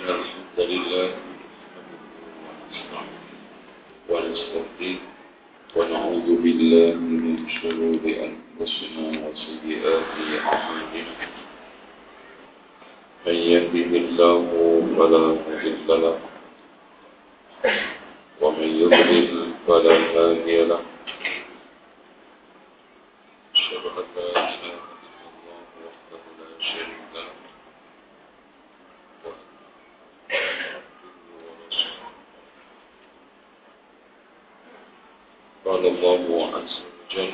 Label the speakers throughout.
Speaker 1: إن الحمد لله ونستغفره ونعوذ بالله من شرور أنفسنا وسيئات أعمالنا من يهده الله فلا مضل له ومن يضلل فلا هادي له أشهد أن لا إله إلا الله وحده لا شريك له قال الله عز وجل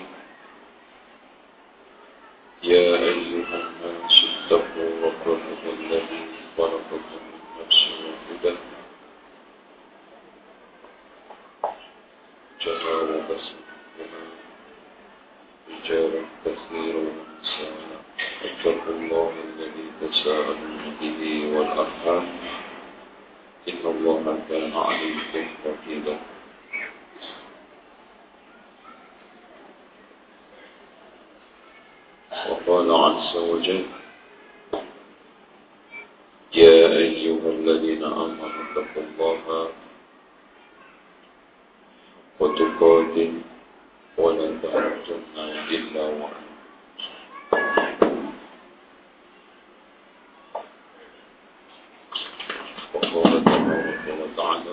Speaker 1: يا أيها الناس اتقوا ربكم الذي خلقكم من نفس واحدة جعل بينهما رجالا كثيرا ونساء اتقوا الله الذي تساءلون به والأرحام إن الله كان عليكم رقيبا وقال عز وجل يا أيها الذين آمنوا اتقوا الله وتقاته ولا تموتن إلا وأنتم وقال تبارك وتعالى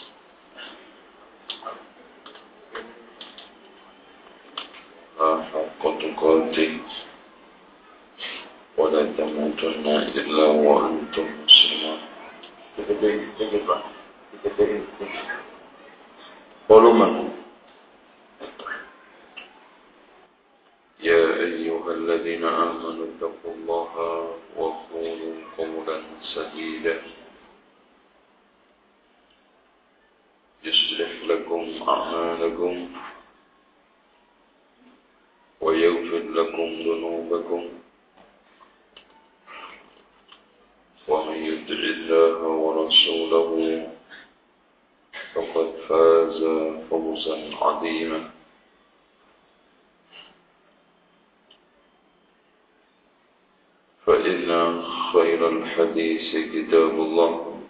Speaker 1: حق تقاته ولا تموتن إلا وأنتم مسلمون. volume. يا أيها الذين آمنوا اتقوا الله وقولوا قولا سديدا يصلح لكم أعمالكم ويغفر لكم ذنوبكم ومن يطع الله ورسوله فقد فاز فوزا عظيما. فإن خير الحديث كتاب الله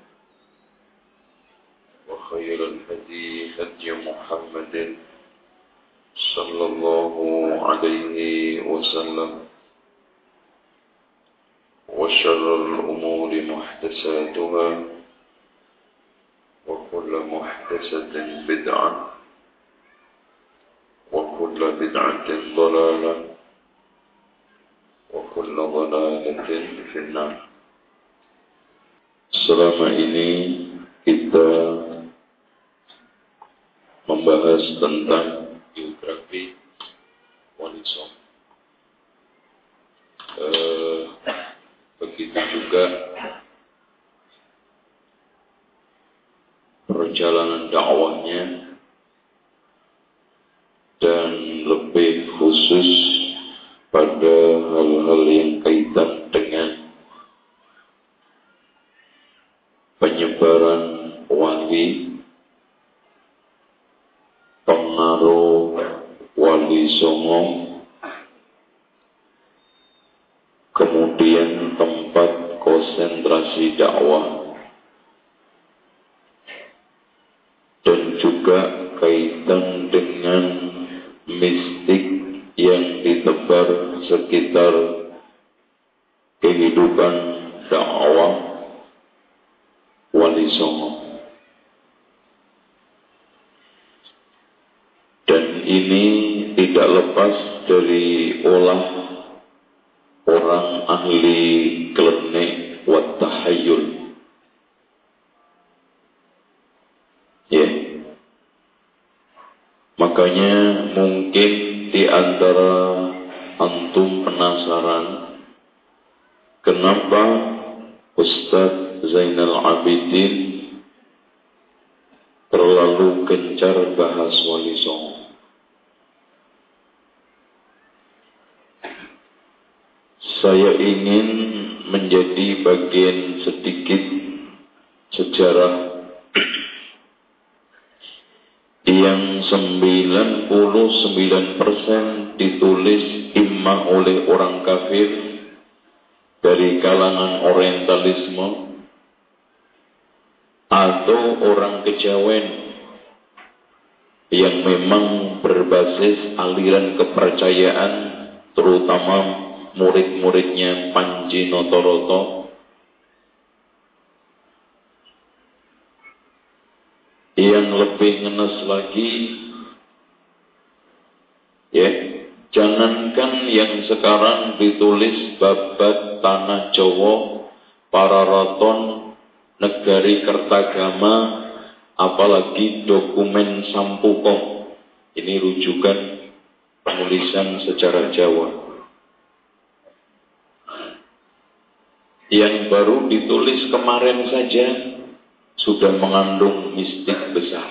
Speaker 1: وخير الهدي هدي محمد صلى الله عليه وسلم وشر الأمور محدثاتها وكل محدثة بدعة وكل بدعة ضلالة وكل ضلالة في النار. Selama ini kita membahas tentang biografi Wali Songo. Begitu juga perjalanan dakwahnya dan lebih khusus pada hal-hal yang kaitan dengan penyebaran wali, pengaruh Wali Songo, kemudian tempat konsentrasi dakwah, dan juga kaitan dengan mistik yang ditebar sekitar kehidupan dakwah Wali Songo. Dan ini tidak lepas dari olah orang ahli klenik wa tahayyul. Makanya mungkin di antara antum penasaran kenapa Ustaz Zainal Abidin terlalu gencar bahas Wali Songo. Saya ingin menjadi bagian sedikit sejarah yang 99% ditulis imma oleh orang kafir dari kalangan orientalisme atau orang kejawen yang memang berbasis aliran kepercayaan, terutama murid-muridnya Panji Notoroto, yang lebih ngenes lagi, ya, jangankan yang sekarang ditulis babat tanah Jawa, para raton, negari Kertagama, apalagi dokumen Sampukong. Ini rujukan penulisan sejarah Jawa yang baru ditulis kemarin saja sudah mengandung mistik besar.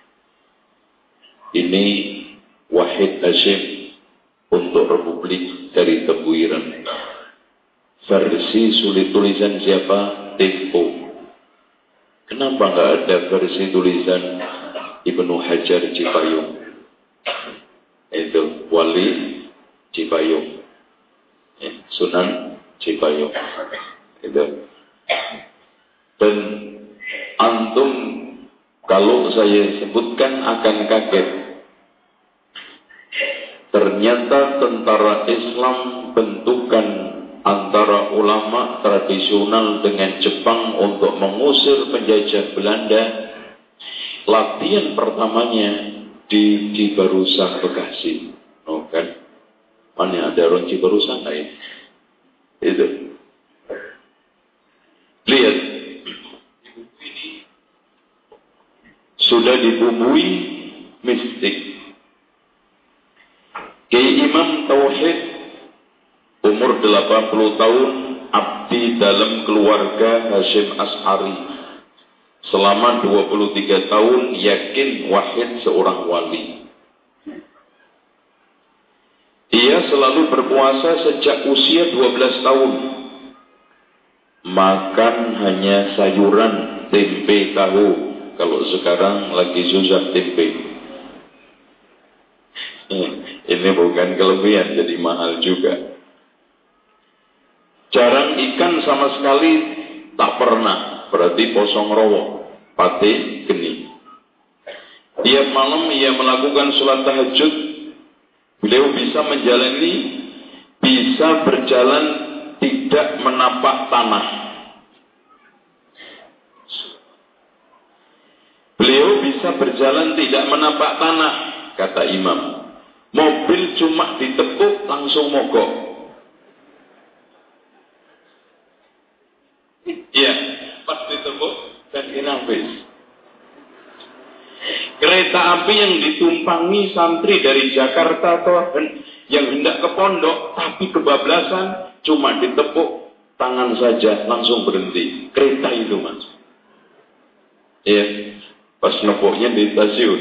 Speaker 1: Ini Wahid Hasyim untuk Republik dari Tebuiren. Versi sulit tulisan siapa? Tempo. Kenapa nggak ada versi tulisan Ibnu Hajar Cipayung? Itu Wali Cipayung, Sunan Cipayung. Itu. Dan antum kalau saya sebutkan akan kaget. Ternyata tentara Islam bentukan antara ulama tradisional dengan Jepang untuk mengusir penjajah Belanda, latihan pertamanya di Cibarusah, Bekasi. Oh kan? Mana ada orang Cibarusah nggak ya? Itu. Lihat, ini sudah dibumbui mistik. Kiai Imam Tauhid umur 80 tahun, abdi dalam keluarga Hasyim Ash'ari. Selama 23 tahun yakin Wahid seorang wali. Ia selalu berpuasa sejak usia 12 tahun. Makan hanya sayuran, tempe, tahu. Kalau sekarang lagi susah tempe. Ini bukan kelebihan, jadi mahal juga. Jarang ikan sama sekali, tak pernah. Berarti posong rowo, pate, geni. Tiap malam ia melakukan sholat tahajud. Beliau bisa menjalani, bisa berjalan tidak menapak tanah. Beliau bisa berjalan tidak menapak tanah, kata imam. Mobil cuma ditepuk langsung mogok. Iya, pas ditepuk dan habis. Kereta api yang ditumpangi santri dari Jakarta atau yang hendak ke pondok tapi kebablasan, cuma ditepuk tangan saja langsung berhenti. Kereta itu mas. Iya, pas nepuknya di stasiun.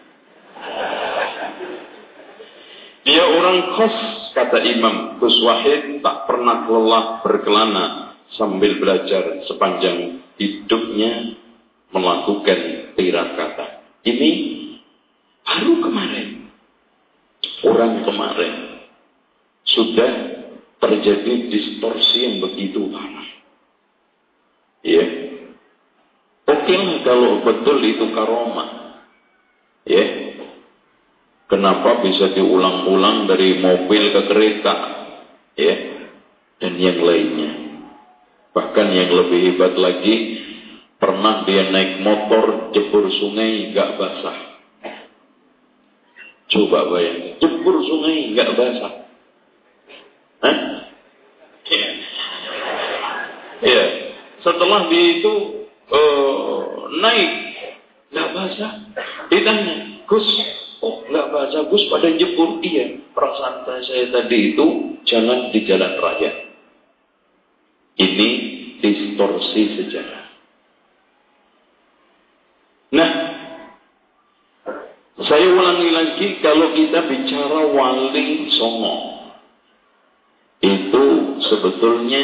Speaker 1: Dia orang kos, kata imam. Gus Wahid tak pernah lelah berkelana sambil belajar sepanjang hidupnya melakukan tirakata. Ini baru kemarin. Orang kemarin sudah terjadi distorsi yang begitu parah. Ya. Oke lah kalau betul itu karomah. Ya. Kenapa bisa diulang-ulang dari mobil ke kereta? Ya. Dan yang lainnya. Bahkan yang lebih hebat lagi, pernah dia naik motor jebur sungai gak basah. Coba bayangin, jebur sungai gak basah. Hah? Ya. Setelah dia itu naik gak basah, ditanya, Gus, oh gak basah Gus pada jebur? Iya, perasaan saya tadi itu jalan di jalan raya. Ini distorsi sejarah. Nah, saya ulangi lagi, kalau kita bicara wali songo, itu sebetulnya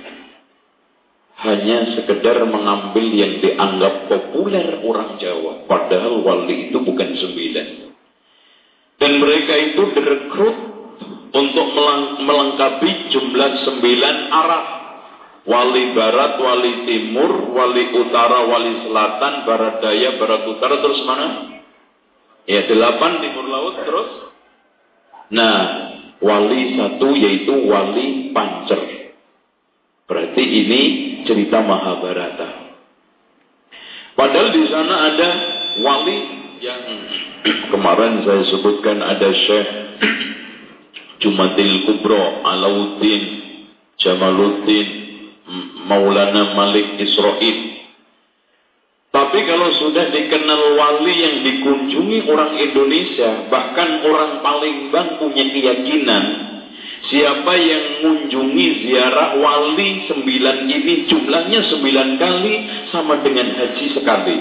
Speaker 1: hanya sekedar mengambil yang dianggap populer orang Jawa. Padahal wali itu bukan 9. Dan mereka itu direkrut untuk melengkapi jumlah 9 Arab. Wali barat, wali timur, wali utara, wali selatan, barat daya, barat utara, terus mana? Ya 8 timur laut terus. Nah, wali satu yaitu wali Pancer. Berarti ini cerita Mahabharata. Padahal di sana ada wali yang kemarin saya sebutkan, ada Syekh Jumatil Kubro, Alauddin, Jamaluddin, Maulana Malik Israil. Tapi kalau sudah dikenal wali yang dikunjungi orang Indonesia, bahkan orang Palembang punya keyakinan, siapa yang mengunjungi ziarah wali 9 ini, jumlahnya 9 kali, sama dengan haji sekali.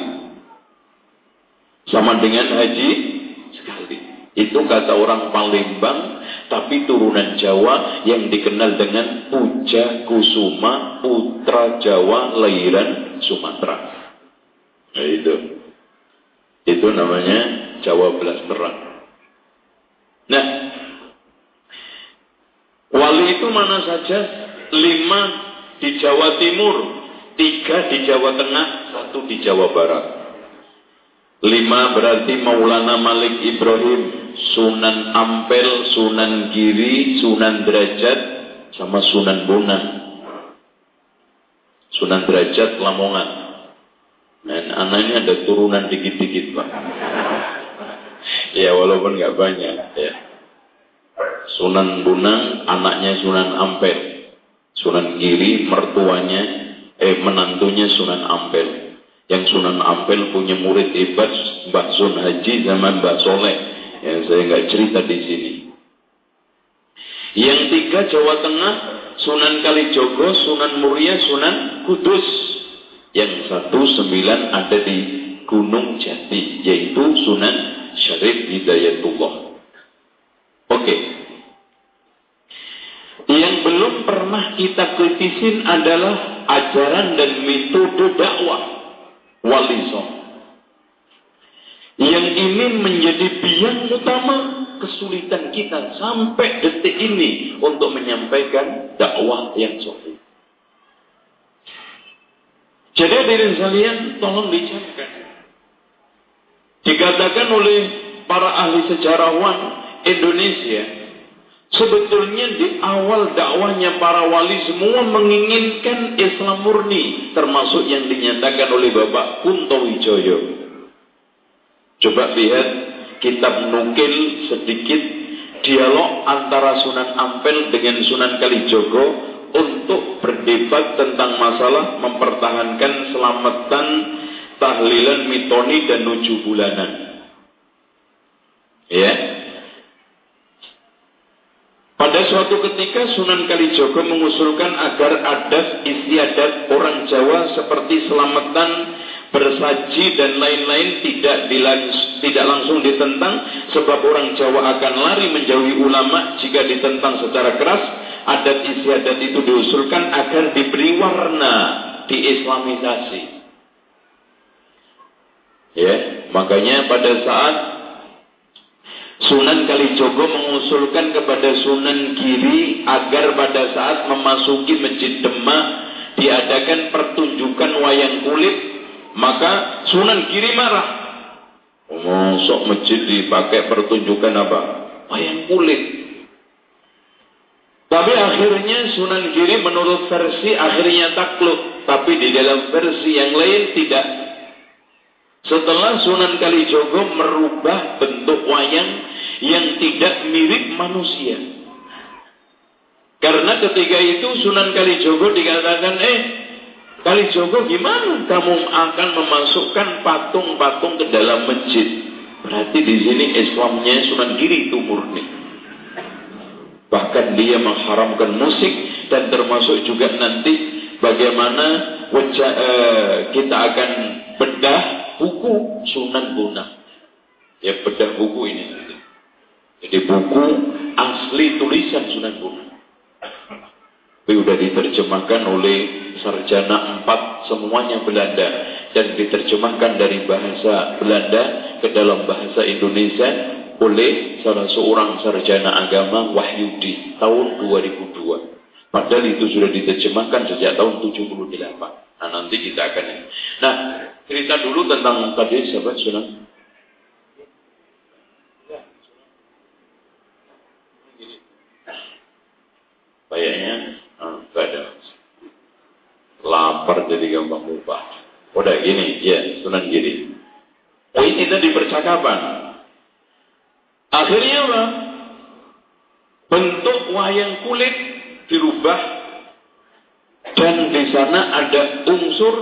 Speaker 1: Sama dengan haji sekali. Itu kata orang Palembang, tapi turunan Jawa yang dikenal dengan Puja Kusuma, putra Jawa lahiran Sumatera. Nah, itu namanya Jawa Blasteran. Nah, wali itu mana saja? 5 di Jawa Timur, 3 di Jawa Tengah, 1 di Jawa Barat. 5 berarti Maulana Malik Ibrahim, Sunan Ampel, Sunan Giri, Sunan Derajat, sama Sunan Bonang. Sunan Derajat Lamongan. Dan anaknya ada turunan dikit-dikit, Pak. Ya walaupun nggak banyak. Ya. Sunan Bonang, anaknya Sunan Ampel. Sunan Giri, menantunya Sunan Ampel. Yang Sunan Ampel punya murid hebat, Mbah Sun Haji sama Mbah Soleh. Ya, saya nggak cerita di sini. Yang 3 Jawa Tengah, Sunan Kalijogo, Sunan Muria, Sunan Kudus. Yang 1 9 ada di Gunung Jati, yaitu Sunan Syarif Hidayatullah. Oke. Yang belum pernah kita kritisin adalah ajaran dan metode dakwah Wali Songo. Yang ini menjadi biang utama kesulitan kita sampai detik ini untuk menyampaikan dakwah yang sahih. Jadi hadirin sekalian, tolong dicamkan. Dikatakan oleh para ahli sejarawan Indonesia, sebetulnya di awal dakwahnya para wali semua menginginkan Islam murni, termasuk yang dinyatakan oleh Bapak Kuntowijoyo. Coba lihat kitab nukil sedikit dialog antara Sunan Ampel dengan Sunan Kalijogo untuk berdebat tentang masalah mempertahankan selamatan tahlilan mitoni dan 7 bulanan. Ya. Pada suatu ketika Sunan Kalijogo mengusulkan agar adat istiadat orang Jawa seperti selamatan, bersaji dan lain-lain tidak langsung ditentang, sebab orang Jawa akan lari menjauhi ulama jika ditentang secara keras. Adat istiadat itu diusulkan agar diberi warna, diislamisasi. Ya, makanya pada saat Sunan Kalijogo mengusulkan kepada Sunan Giri agar pada saat memasuki Masjid Demak diadakan pertunjukan wayang kulit, maka Sunan Giri marah. Masuk masjid dipakai pertunjukan apa? Wayang kulit. Tapi akhirnya Sunan Giri menurut versi akhirnya takluk, tapi di dalam versi yang lain tidak. Setelah Sunan Kalijogo merubah bentuk wayang yang tidak mirip manusia. Karena ketika itu Sunan Kalijogo dikatakan, Kalijogo gimana kamu akan memasukkan patung-patung ke dalam masjid? Berarti di sini Islamnya Sunan Giri itu murni. Bahkan dia mengharamkan musik, dan termasuk juga nanti bagaimana kita akan bedah buku Sunan Bonang. Ya, bedah buku ini. Jadi buku asli tulisan Sunan Bonang. Tapi sudah diterjemahkan oleh sarjana 4 semuanya Belanda, dan diterjemahkan dari bahasa Belanda ke dalam bahasa Indonesia oleh salah seorang sarjana agama Wahyudi tahun 2002. Padahal itu sudah diterjemahkan sejak tahun 78. Nah, nanti kita akan. Nah, cerita dulu tentang tadi sahabat Sunan. Kayaknya enggak ada. Lapar jadi gampang lupa. Udah gini, ya Sunan Giri. Oh, ini tadi percakapan. Akhirnya apa? Bentuk wayang kulit dirubah dan di sana ada unsur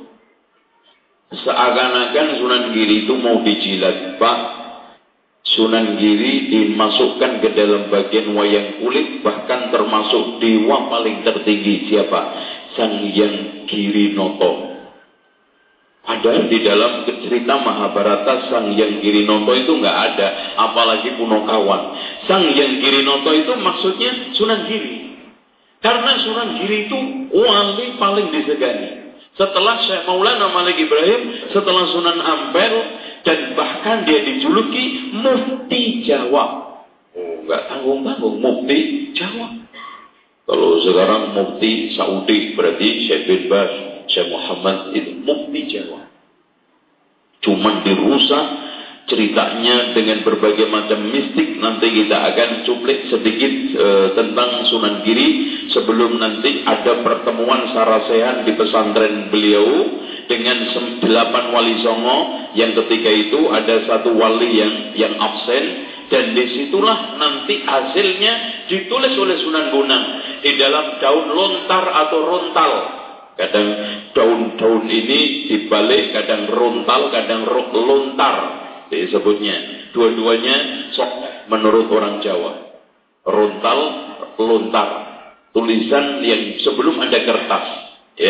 Speaker 1: seakan-akan Sunan Giri itu mau dijilat. Pak, Sunan Giri dimasukkan ke dalam bagian wayang kulit, bahkan termasuk dewa paling tertinggi. Siapa? Sang Hyang Girinoto. Padahal di dalam cerita Mahabharata Sang Hyang Girinoto itu nggak ada, apalagi Punokawan. Sang Hyang Girinoto itu maksudnya Sunan Giri. Karena Sunan Giri itu wali paling disegani. Setelah Syekh Maulana Malik Ibrahim, setelah Sunan Ampel, dan bahkan dia dijuluki Mufti Jawa. Oh, nggak tanggung-tanggung, Mufti Jawa. Kalau sekarang Mufti Saudi berarti Syekh bin Baz, Syekh Muhammad itu Mufti Jawa. Cuman dirusak ceritanya dengan berbagai macam mistik. Nanti kita akan cuplik sedikit tentang Sunan Giri sebelum nanti ada pertemuan sarasehan di pesantren beliau dengan 8 wali songo, yang ketika itu ada satu wali yang absen, dan disitulah nanti hasilnya ditulis oleh Sunan Bonang di dalam daun lontar atau rontal. Kadang daun-daun ini dibalik, kadang rontal, kadang lontar disebutnya. Dua-duanya sok menurut orang Jawa. Rontal, lontar. Tulisan yang sebelum ada kertas. Ya.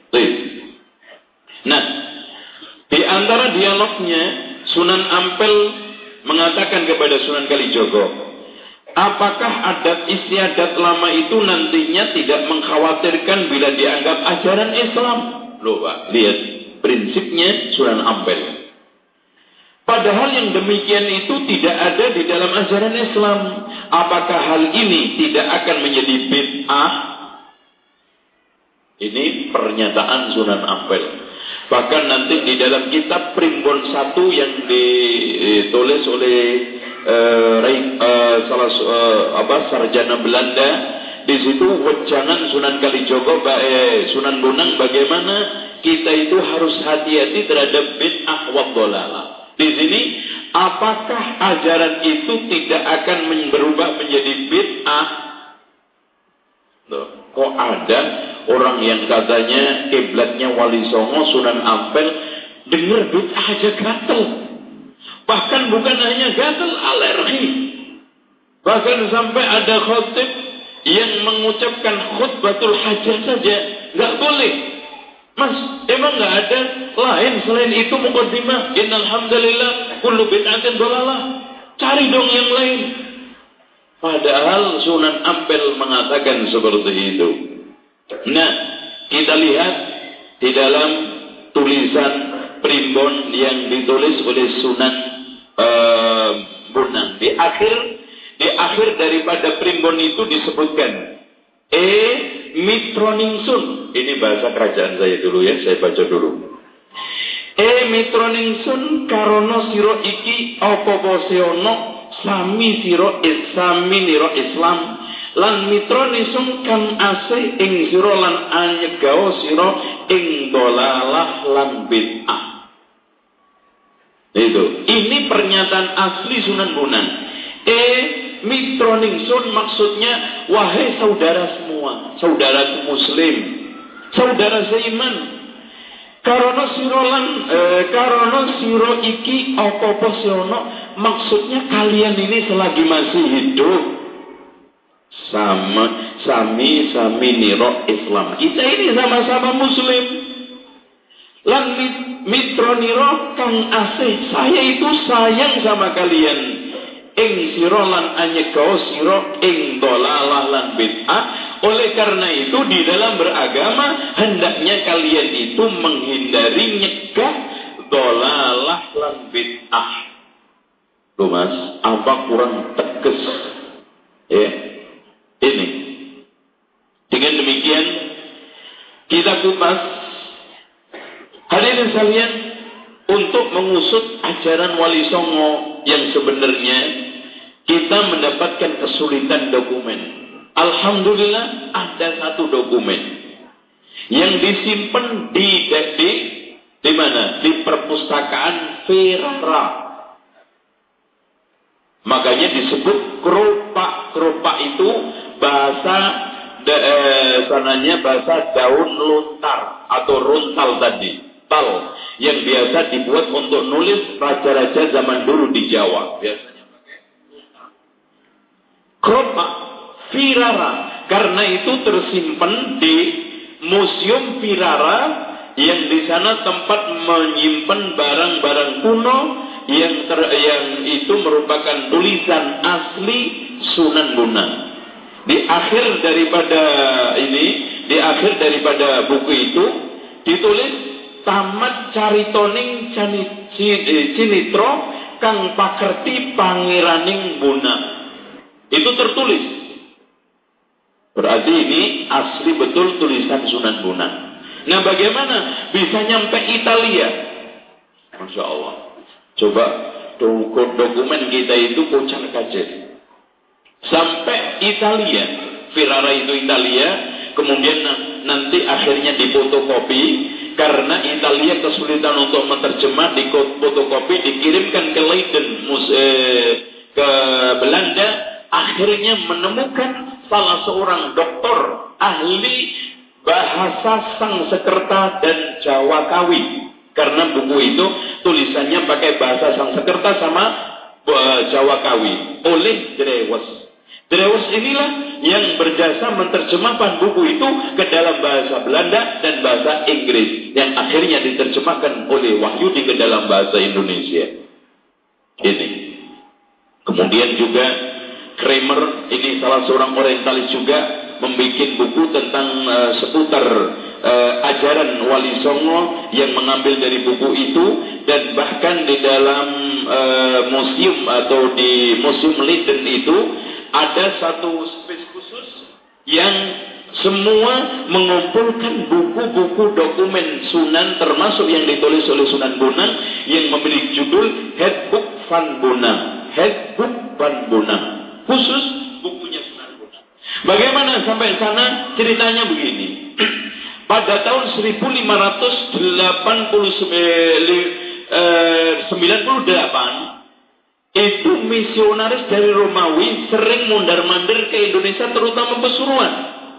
Speaker 1: Nah, di antara dialognya Sunan Ampel mengatakan kepada Sunan Kalijogo, apakah adat istiadat lama itu nantinya tidak mengkhawatirkan bila dianggap ajaran Islam? Loh Pak, lihat prinsipnya Sunan Ampel. Padahal yang demikian itu tidak ada di dalam ajaran Islam. Apakah hal ini tidak akan menjadi bid'ah? Ini pernyataan Sunan Ampel. Bahkan nanti di dalam kitab Primbon 1 yang ditulis oleh sarjana Belanda, di situ wejangan Sunan Kalijogo, Sunan Bonang, bagaimana kita itu harus hati-hati terhadap bid'ah wa dhalalah. Di sini, apakah ajaran itu tidak akan berubah menjadi bid'ah? Kok ada orang yang katanya kiblatnya Wali Songo, Sunan Ampel, dengar bid'ah aja gatel. Bahkan bukan hanya gatel, alergi. Bahkan sampai ada khotib yang mengucapkan khutbatul hajah saja nggak boleh. Mas, emang nggak ada lain selain itu muqaddimah? Innal hamdalillah kullu bid'atin dhalalah. Cari dong yang lain. Padahal Sunan Ampel mengatakan seperti itu. Nah, kita lihat di dalam tulisan Primbon yang ditulis oleh Sunan Bonang. Di akhir daripada Primbon itu disebutkan Mitroningsun. Ini bahasa kerajaan saya dulu ya, saya baca dulu. Mitroningsun karono siro iki apa seono sami niro Islam lan mitroningsun kan ase ing siro lan anyegao siro ing dolalah lan bid'ah. Itu. Ini pernyataan asli Sunan Bonang. Mitroningsun maksudnya wahai saudara semua, saudara muslim, saudara seiman. Karono siro iki apa siono, maksudnya kalian ini selagi masih hidup sami niro Islam. Kita ini sama-sama muslim. Lan mitroniro kang asih, saya itu sayang sama kalian. Ing siro lan anyegao siro ing dolalah lan bid'ah. Oleh karena itu di dalam beragama hendaknya kalian itu menghindari nyegah dolalah lan bid'ah. Loh Mas, apa kurang tegas? Ya, ini di kita kupas. Hadirin sekalian, untuk mengusut ajaran Wali Songo yang sebenarnya, kita mendapatkan kesulitan dokumen. Alhamdulillah ada satu dokumen yang disimpan di mana? Di perpustakaan Firara. Makanya disebut keropak. Keropak itu bahasa sananya bahasa daun lontar atau runtal tadi. Tal yang biasa dibuat untuk nulis raja-raja zaman dulu di Jawa. Biasanya pakai keropak Firara. Karena itu tersimpan di Museum Firara yang di sana tempat menyimpan barang-barang kuno yang itu merupakan tulisan asli Sunan Bonang. Di akhir daripada buku itu ditulis tamat caritoning cinitro kang pakerti pangeraning Bonang. Itu tertulis. Berarti ini asli betul tulisan Sunan Bonang. Nah, bagaimana bisa nyampe Italia? Masya Allah. Coba dokumen kita itu kocar kacir. Sampai Italia. Firara itu Italia. Kemudian nanti akhirnya difotokopi. Karena Italia kesulitan untuk menerjemah, difotokopi, dikirimkan ke Leiden, ke Belanda. Akhirnya menemukan salah seorang doktor ahli bahasa Sangsekerta dan Jawa Kawi. Karena buku itu tulisannya pakai bahasa Sangsekerta sama Jawa Kawi oleh Drewes. Drewes inilah yang berjasa menerjemahkan buku itu ke dalam bahasa Belanda dan bahasa Inggris yang akhirnya diterjemahkan oleh Wahyudi ke dalam bahasa Indonesia. Ini. Kemudian juga Kramer, ini salah seorang orientalis juga, membuat buku tentang seputar ajaran Wali Songo yang mengambil dari buku itu. Dan bahkan di dalam museum atau di Museum Leiden itu ada satu space khusus yang semua mengumpulkan buku-buku dokumen Sunan, termasuk yang ditulis oleh Sunan Bonang yang memiliki judul Handbook van Bonang. Handbook van Bonang, khusus bukunya Sunan Bonang. Bagaimana sampai sana? Ceritanya begini. Pada tahun 1598 itu misionaris dari Romawi sering mondar-mandir ke Indonesia, terutama Pasuruan.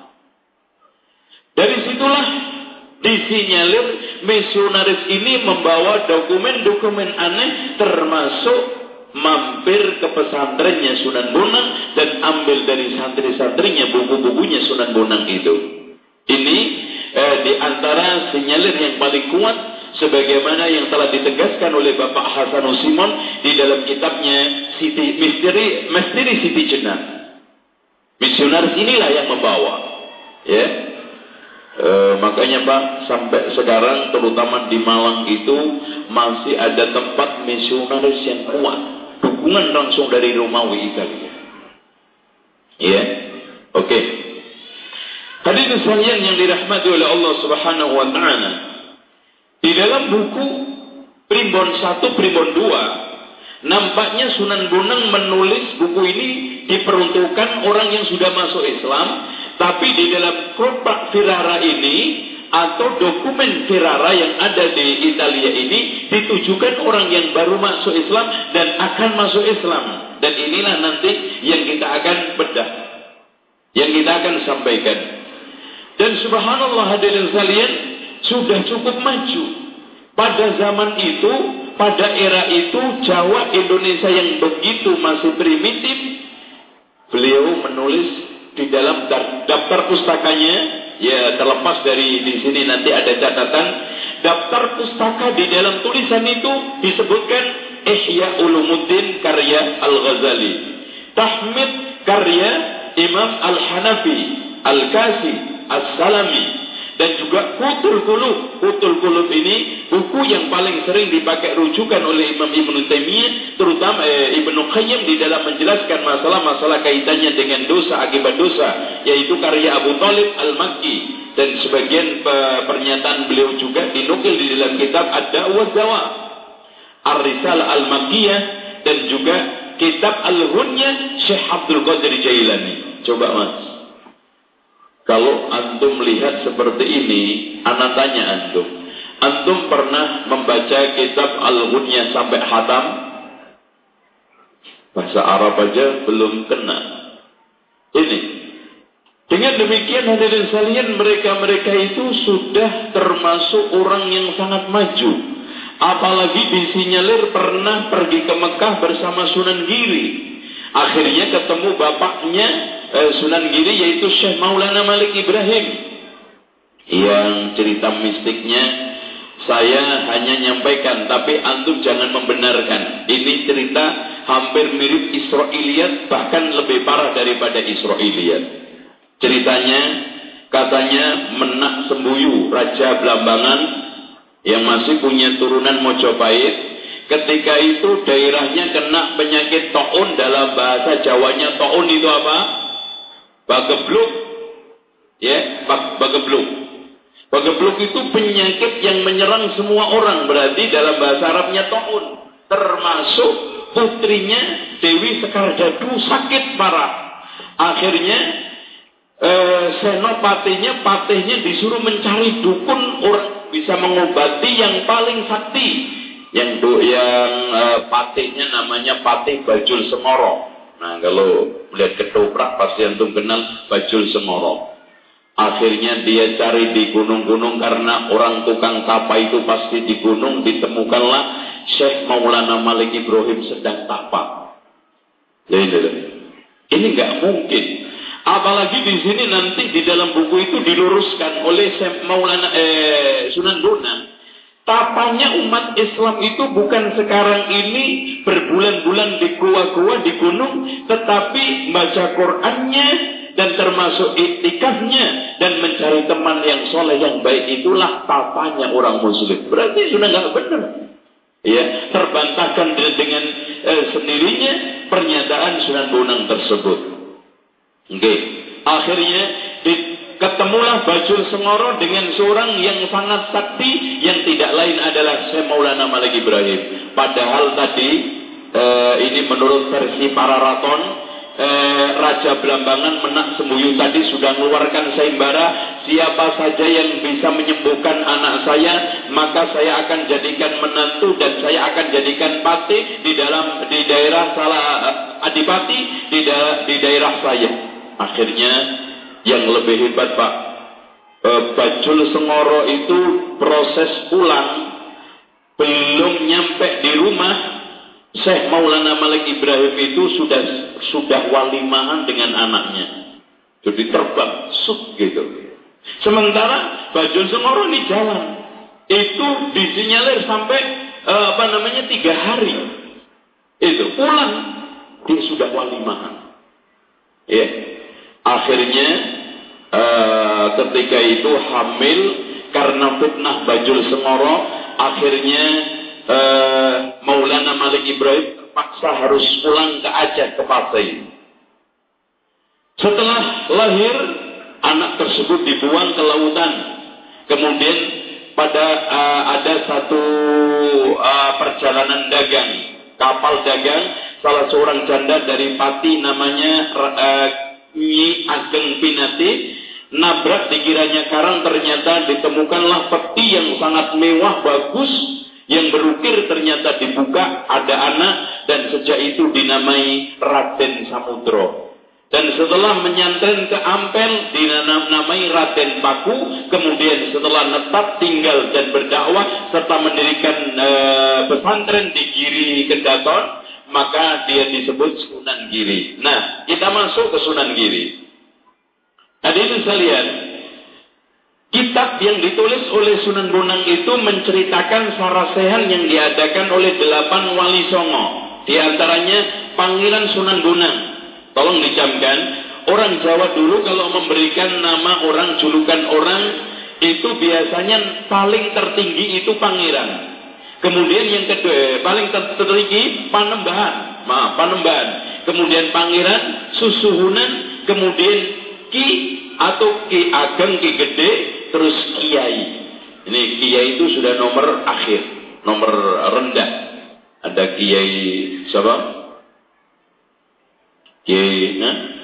Speaker 1: Dari situlah disinyalir misionaris ini membawa dokumen-dokumen aneh, termasuk mampir ke pesantrennya Sunan Bonang dan ambil dari santri-santrinya buku-bukunya Sunan Bonang itu. Ini di antara sinyalir yang paling kuat, sebagaimana yang telah ditegaskan oleh Bapak Hasanus Simon di dalam kitabnya Misteri Siti Jenar. Misionaris inilah yang membawa, ya. Makanya Pak, sampai sekarang terutama di Malang itu masih ada tempat misionaris yang kuat, dukungan langsung dari Romawi Italia. Ya, oke. Hadirin sekalian yang dirahmati oleh Allah Subhanahu wa taala, di dalam buku Primbon 1, Primbon 2, nampaknya Sunan Bonang menulis buku ini diperuntukkan orang yang sudah masuk Islam, tapi di dalam keropak Firara ini atau dokumen Firara yang ada di Italia ini ditujukan orang yang baru masuk Islam dan akan masuk Islam. Dan inilah nanti yang kita akan bedah, yang kita akan sampaikan. Dan subhanallah hadirin sekalian, sudah cukup maju. Pada zaman itu, pada era itu, Jawa Indonesia yang begitu masih primitif, beliau menulis di dalam daftar pustakanya, ya terlepas dari di sini nanti ada catatan, daftar pustaka di dalam tulisan itu disebutkan Ihya Ulumuddin karya Al-Ghazali, Tahmid karya Imam Al-Hanafi, Al-Kasi, As-Salami, Dan juga Futhul Qulub. Futhul Qulub ini buku yang paling sering dipakai rujukan oleh Imam Ibnu Taimiyah, terutama Ibnu Qayyim di dalam menjelaskan masalah-masalah kaitannya dengan dosa akibat dosa, yaitu karya Abu Thalib Al-Makki. Dan sebagian pernyataan beliau juga dinukil di dalam kitab Ad-Da'wah Dawa, Ar-Risalah Al-Makkiyah, dan juga kitab Al-Ghunyah Syekh Abdul Qadir Jailani. Coba Mas, kalau antum melihat seperti ini, anak tanya antum pernah membaca kitab Al-Ghunyah sampai khatam? Bahasa Arab aja belum kena. Ini. Dengan demikian hadirin sekalian, mereka itu sudah termasuk orang yang sangat maju. Apalagi disinyalir pernah pergi ke Mekah bersama Sunan Giri. Akhirnya ketemu bapaknya Sunan Giri, yaitu Syekh Maulana Malik Ibrahim. Yang cerita mistiknya saya hanya nyampaikan, tapi antum jangan membenarkan. Ini cerita hampir mirip Israiliyat, bahkan lebih parah daripada Israiliyat. Ceritanya, katanya Menak Sembuyu, Raja Blambangan yang masih punya turunan Mojopahit, ketika itu daerahnya kena penyakit taun. Dalam bahasa Jawanya taun itu apa? Bagebluk. Ya, bagebluk. Bagebluk itu penyakit yang menyerang semua orang, berarti dalam bahasa Arabnya taun. Termasuk putrinya Dewi Sekardadu sakit parah. Akhirnya senopatinya, patihnya disuruh mencari dukun orang bisa mengobati yang paling sakti. Yang patihnya namanya Patih Bajul Semoro. Nah, kalau lihat ketoprak pasti antum kenal Bajul Semoro. Akhirnya dia cari di gunung-gunung, karena orang tukang tapa itu pasti di gunung. Ditemukanlah Syekh Maulana Malik Ibrahim sedang tapa. Ini nggak mungkin. Apalagi di sini nanti di dalam buku itu diluruskan oleh Maulana Sunan Bonang. Tapanya umat Islam itu bukan sekarang ini berbulan-bulan di gua-gua di gunung, tetapi baca Qur'annya dan termasuk iktikafnya dan mencari teman yang soleh yang baik, itulah tapanya orang muslim. Berarti sudah nggak benar. Ya, terbantahkan dengan sendirinya pernyataan Sunan Bonang tersebut. Oke. Akhirnya ketemulah Bajul Semoro dengan seorang yang sangat sakti, yang tidak lain adalah Syekh Maulana Malik Ibrahim. Padahal tadi ini menurut versi para raton, Raja Blambangan Menak Sembuyu tadi sudah mengeluarkan sayembara, siapa saja yang bisa menyembuhkan anak saya, maka saya akan jadikan menantu dan saya akan jadikan patih di daerah salah adipati di daerah saya. Akhirnya yang lebih hebat Pak, Bajul Semoro itu proses pulang belum nyampe di rumah, Syekh Maulana Malik Ibrahim itu sudah walimahan dengan anaknya. Jadi terbang gitu. Sementara Bajul Semoro ini jalan, itu disinyalir sampai 3 hari. Itu pulang dia sudah walimahan. Ya. Akhirnya ketika itu hamil karena fitnah Bajul Semoro. Akhirnya Maulana Malik Ibrahim terpaksa harus pulang ke Aceh, ke Pasai. Setelah lahir, anak tersebut dibuang ke lautan. Kemudian ada satu perjalanan dagang, kapal dagang, salah seorang janda dari Pati namanya Nyi Ageng Pinati nabrak, dikiranya karang, ternyata ditemukanlah peti yang sangat mewah bagus yang berukir, ternyata dibuka ada anak, dan sejak itu dinamai Raden Samudro. Dan setelah menyantren ke Ampel dinamai Raden Paku. Kemudian setelah netap tinggal dan berdakwah serta mendirikan pesantren di Giri Kendaton, maka dia disebut Sunan Giri. Nah, kita masuk ke Sunan Giri. Hadirin sekalian, kitab yang ditulis oleh Sunan Bonang itu menceritakan sarasehan yang diadakan oleh 8 wali songo. Di antaranya panggilan Sunan Bonang. Tolong dicamkan, orang Jawa dulu kalau memberikan nama orang, julukan orang, itu biasanya paling tertinggi itu pangeran. Kemudian yang kedua, paling tertinggi panembahan. Kemudian pangeran, susuhunan, kemudian ki atau ki ageng, ki gede, terus kiai. Ini kiai itu sudah nomor akhir, nomor rendah. Ada kiai siapa? Kiai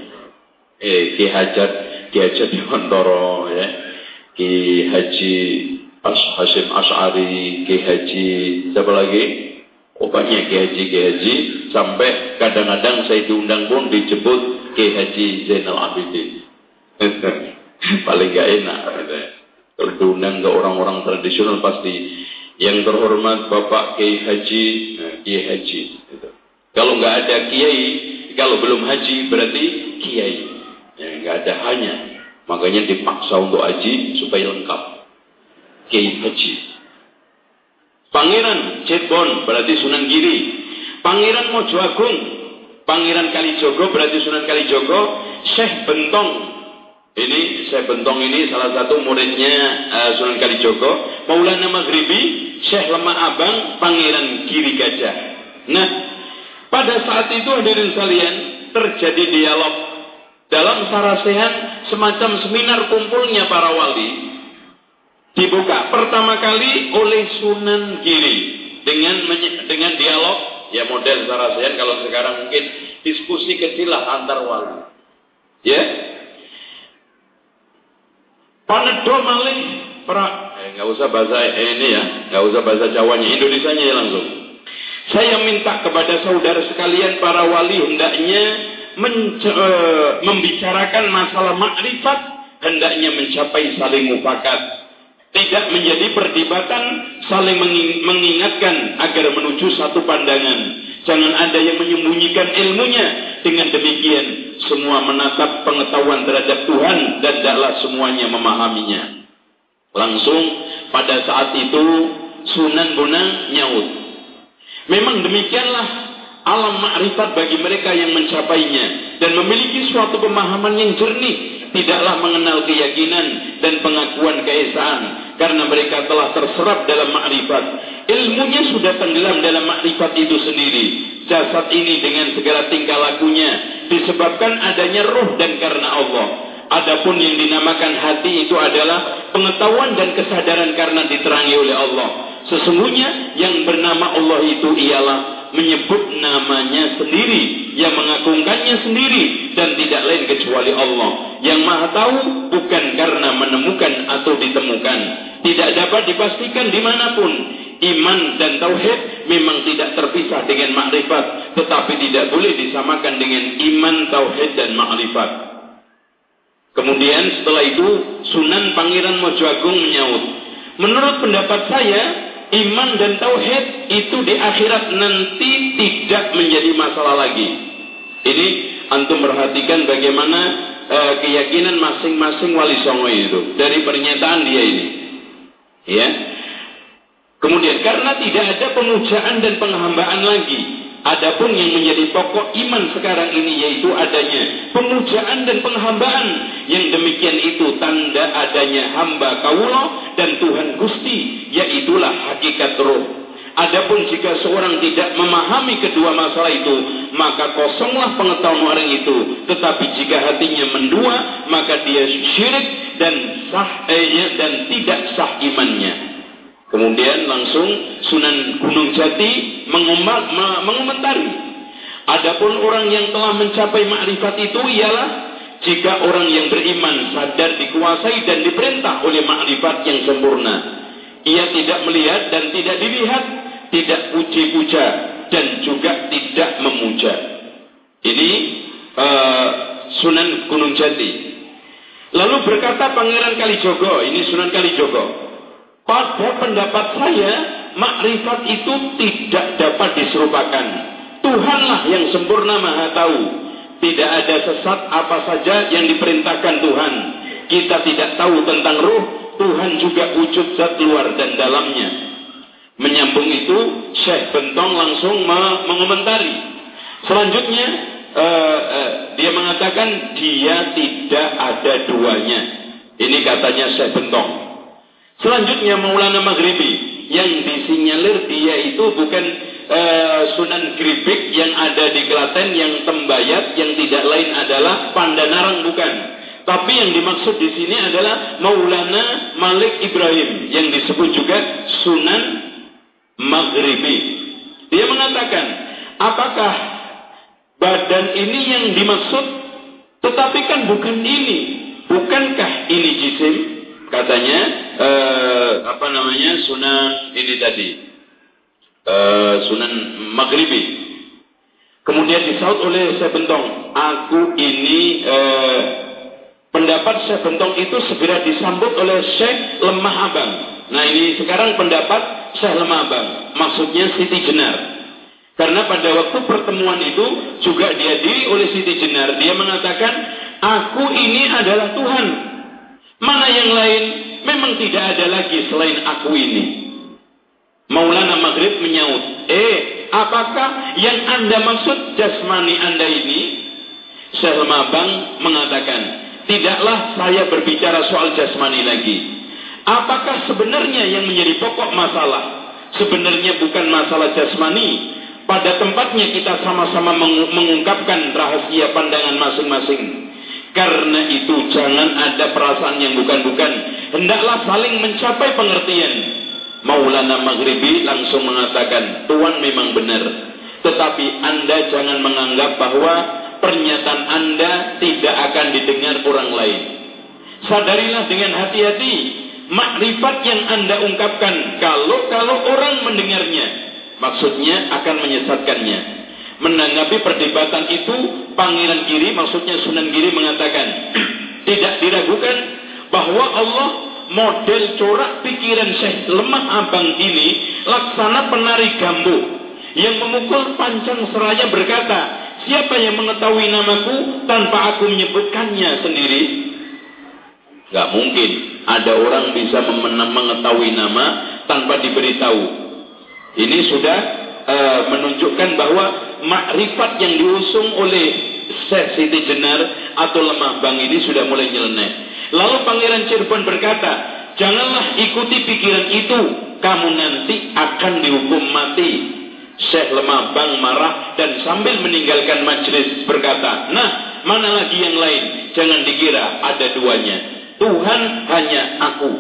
Speaker 1: Hajat Dewantoro, ya. Ki Haji Hasyim Asy'ari, Ki Haji siapa lagi? Banyak Ki Haji sampai kadang-kadang saya diundang pun disebut Ki Haji Zainal Abidin. Paling gak enak gitu. Kalau diundang ke orang-orang tradisional pasti yang terhormat Bapak Kiai Haji, Kiai Haji gitu. Kalau nggak ada kiai, kalau belum haji berarti kiai. Ya, nggak ada hanya. Makanya dipaksa untuk haji supaya lengkap. Kiai Haji. Pangeran Cirebon berarti Sunan Giri. Pangeran Mojo Agung, Pangeran Kalijogo berarti Sunan Kalijogo. Syekh Bentong. Ini Syekh Bentong ini salah satu muridnya Sunan Kalijogo. Maulana Maghribi, Syekh Lemah Abang, Pangeran Giri Gajah. Nah, pada saat itu hadirin sekalian terjadi dialog dalam sarasehan, semacam seminar kumpulnya para wali. Dibuka pertama kali oleh Sunan Giri dengan dialog, ya model sarasehan. Kalau sekarang mungkin diskusi kecil lah antar wali. Ya. Panedo malih nggak usah bahasa ini ya, nggak usah bahasa Jawanya, Indonesianya ya langsung. Saya minta kepada saudara sekalian para wali hendaknya membicarakan masalah makrifat, hendaknya mencapai saling mufakat, tidak menjadi perdebatan, saling mengingatkan agar menuju satu pandangan. Jangan ada yang menyembunyikan ilmunya. Dengan demikian semua menatap pengetahuan terhadap Tuhan dan tidaklah semuanya memahaminya. Langsung pada saat itu Sunan Bonang nyaut. Memang demikianlah alam makrifat bagi mereka yang mencapainya dan memiliki suatu pemahaman yang jernih. Tidaklah mengenal keyakinan dan pengakuan keesaan karena mereka telah terserap dalam makrifat. Ilmunya sudah tenggelam dalam makrifat itu sendiri. Jasad ini dengan segala tingkah lakunya disebabkan adanya roh dan karena Allah. Adapun yang dinamakan hati itu adalah pengetahuan dan kesadaran karena diterangi oleh Allah. Sesungguhnya yang bernama Allah itu ialah menyebut namanya sendiri, yang mengagungkannya sendiri dan tidak lain kecuali Allah. Yang maha tahu bukan karena menemukan atau ditemukan. Tidak dapat dipastikan dimanapun. Iman dan tauhid memang tidak terpisah dengan makrifat, tetapi tidak boleh disamakan dengan iman, tauhid dan makrifat. Kemudian setelah itu Sunan Pangeran Mojo Agung menyaut, menurut pendapat saya, iman dan tauhid itu di akhirat nanti tidak menjadi masalah lagi. Ini antum perhatikan bagaimana keyakinan masing-masing wali songo itu dari pernyataan dia ini. Ya. Kemudian karena tidak ada pemujaan dan penghambaan lagi. Adapun yang menjadi pokok iman sekarang ini yaitu adanya pemujaan dan penghambaan. Yang demikian itu tanda adanya hamba kaula dan Tuhan Gusti, yaitulah hakikat roh. Adapun jika seorang tidak memahami kedua masalah itu, maka kosonglah pengetahuan orang itu. Tetapi jika hatinya mendua, maka dia syirik dan dan tidak sah imannya. Kemudian langsung Sunan Gunung Jati mengomentari. Adapun orang yang telah mencapai makrifat itu ialah jika orang yang beriman sadar dikuasai dan diperintah oleh makrifat yang sempurna. Ia tidak melihat dan tidak dilihat, tidak puji-puja dan juga tidak memuja. Ini Sunan Gunung Jati. Lalu berkata Pangeran Kalijogo, ini Sunan Kalijogo, pada pendapat saya, makrifat itu tidak dapat diserupakan. Tuhanlah yang sempurna maha tahu. Tidak ada sesat apa saja yang diperintahkan Tuhan. Kita tidak tahu tentang ruh, Tuhan juga wujud zat luar dan dalamnya. Menyambung itu, Syekh Bentong langsung mengomentari. Selanjutnya, dia mengatakan dia tidak ada duanya. Ini katanya Syekh Bentong. Selanjutnya Maulana Maghribi yang disinyalir dia itu bukan Sunan Gribik yang ada di Klaten, yang Tembayat, yang tidak lain adalah Pandanarang, bukan. Tapi yang dimaksud di sini adalah Maulana Malik Ibrahim yang disebut juga Sunan Maghribi. Dia mengatakan, apakah badan ini yang dimaksud? Tetapi kan bukan ini. Bukankah ini jisim? Katanya Sunan ini tadi. Sunan Maghribi. Kemudian disaut oleh Syekh Bentong, aku ini pendapat Syekh Bentong itu segera disambut oleh Syekh Lemah Abang. Nah, ini sekarang pendapat Syekh Lemah Abang, maksudnya Siti Jenar. Karena pada waktu pertemuan itu juga dihadiri oleh Siti Jenar. Dia mengatakan, aku ini adalah Tuhan. Mana yang lain? Memang tidak ada lagi selain aku ini. Maulana Maghrib menyaut, apakah yang Anda maksud jasmani Anda ini? Syekh Mabang mengatakan, tidaklah saya berbicara soal jasmani lagi. Apakah sebenarnya yang menjadi pokok masalah? Sebenarnya bukan masalah jasmani. Pada tempatnya kita sama-sama mengungkapkan rahasia pandangan masing-masing. Karena itu jangan ada perasaan yang bukan-bukan. Hendaklah saling mencapai pengertian. Maulana Maghribi langsung mengatakan, Tuan memang benar, tetapi Anda jangan menganggap bahwa pernyataan Anda tidak akan didengar orang lain. Sadarilah dengan hati-hati makrifat yang Anda ungkapkan. Kalau orang mendengarnya, maksudnya akan menyesatkannya. Menanggapi perdebatan itu, Pangeran Giri, maksudnya Sunan Giri mengatakan, tidak diragukan bahwa Allah model corak pikiran Syekh Lemah Abang ini laksana penari gambo yang memukul pancang seraya berkata, siapa yang mengetahui namaku tanpa aku menyebutkannya sendiri? Gak mungkin ada orang bisa mengetahui nama tanpa diberitahu. Ini sudah menunjukkan bahwa makrifat yang diusung oleh Syekh Siti Jenar atau Lemah Bang ini sudah mulai nyeleneh. Lalu Pangeran Cirebon berkata, janganlah ikuti pikiran itu, kamu nanti akan dihukum mati. Syekh Lemah Bang marah dan sambil meninggalkan majelis berkata, nah, mana lagi yang lain? Jangan dikira ada duanya. Tuhan hanya aku.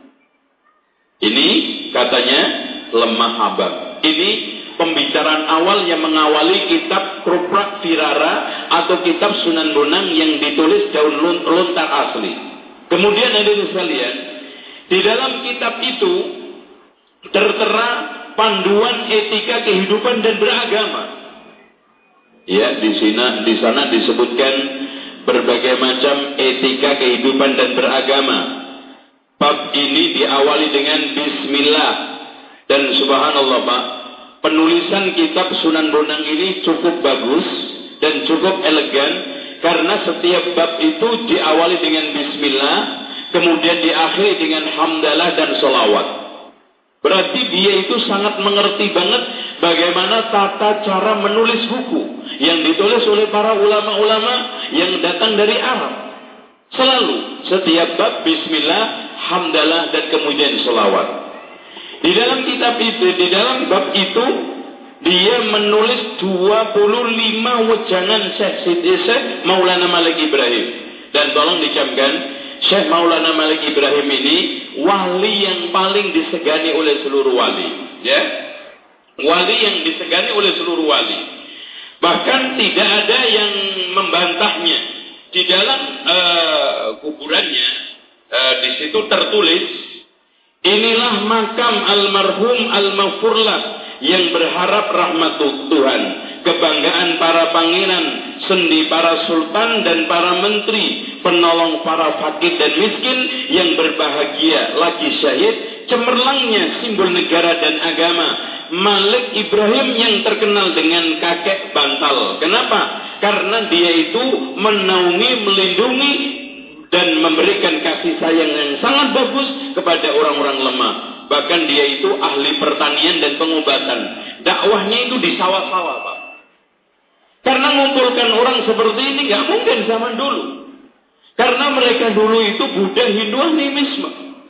Speaker 1: Ini katanya Lemah Abang. Ini pembicaraan awal yang mengawali kitab Kruprak Virara atau kitab Sunan Bonang yang ditulis daun lontar asli. Kemudian hadirin sekalian, di dalam kitab itu tertera panduan etika kehidupan dan beragama. Ya, di sana disebutkan berbagai macam etika kehidupan dan beragama. Bab ini diawali dengan Bismillah. Dan subhanallah Pak, penulisan kitab Sunan Bonang ini cukup bagus dan cukup elegan. Karena setiap bab itu diawali dengan Bismillah, kemudian diakhiri dengan Hamdalah dan Sholawat. Berarti dia itu sangat mengerti banget bagaimana tata cara menulis buku yang ditulis oleh para ulama-ulama yang datang dari Arab. Selalu setiap bab Bismillah, Hamdalah dan kemudian Sholawat. Di dalam kitab itu, di dalam bab itu, dia menulis 25 wejangan Syekh Maulana Malik Ibrahim. Dan tolong dicamkan, Syekh Maulana Malik Ibrahim ini wali yang paling disegani oleh seluruh wali. Ya, wali yang disegani oleh seluruh wali. Bahkan tidak ada yang membantahnya. Di dalam kuburannya, di situ tertulis, inilah makam almarhum al-Maghfurlah yang berharap rahmat Tuhan, kebanggaan para pangeran, sendi para sultan dan para menteri, penolong para fakir dan miskin, yang berbahagia lagi syahid, cemerlangnya simbol negara dan agama, Malik Ibrahim yang terkenal dengan kakek bantal. Kenapa? Karena dia itu menaungi, melindungi, dan memberikan kasih sayang yang sangat bagus kepada orang-orang lemah. Bahkan dia itu ahli pertanian dan pengobatan. Dakwahnya itu di sawah-sawah, Pak. Karena mengumpulkan orang seperti ini gak mungkin zaman dulu. Karena mereka dulu itu Buddha, Hindu, animisme.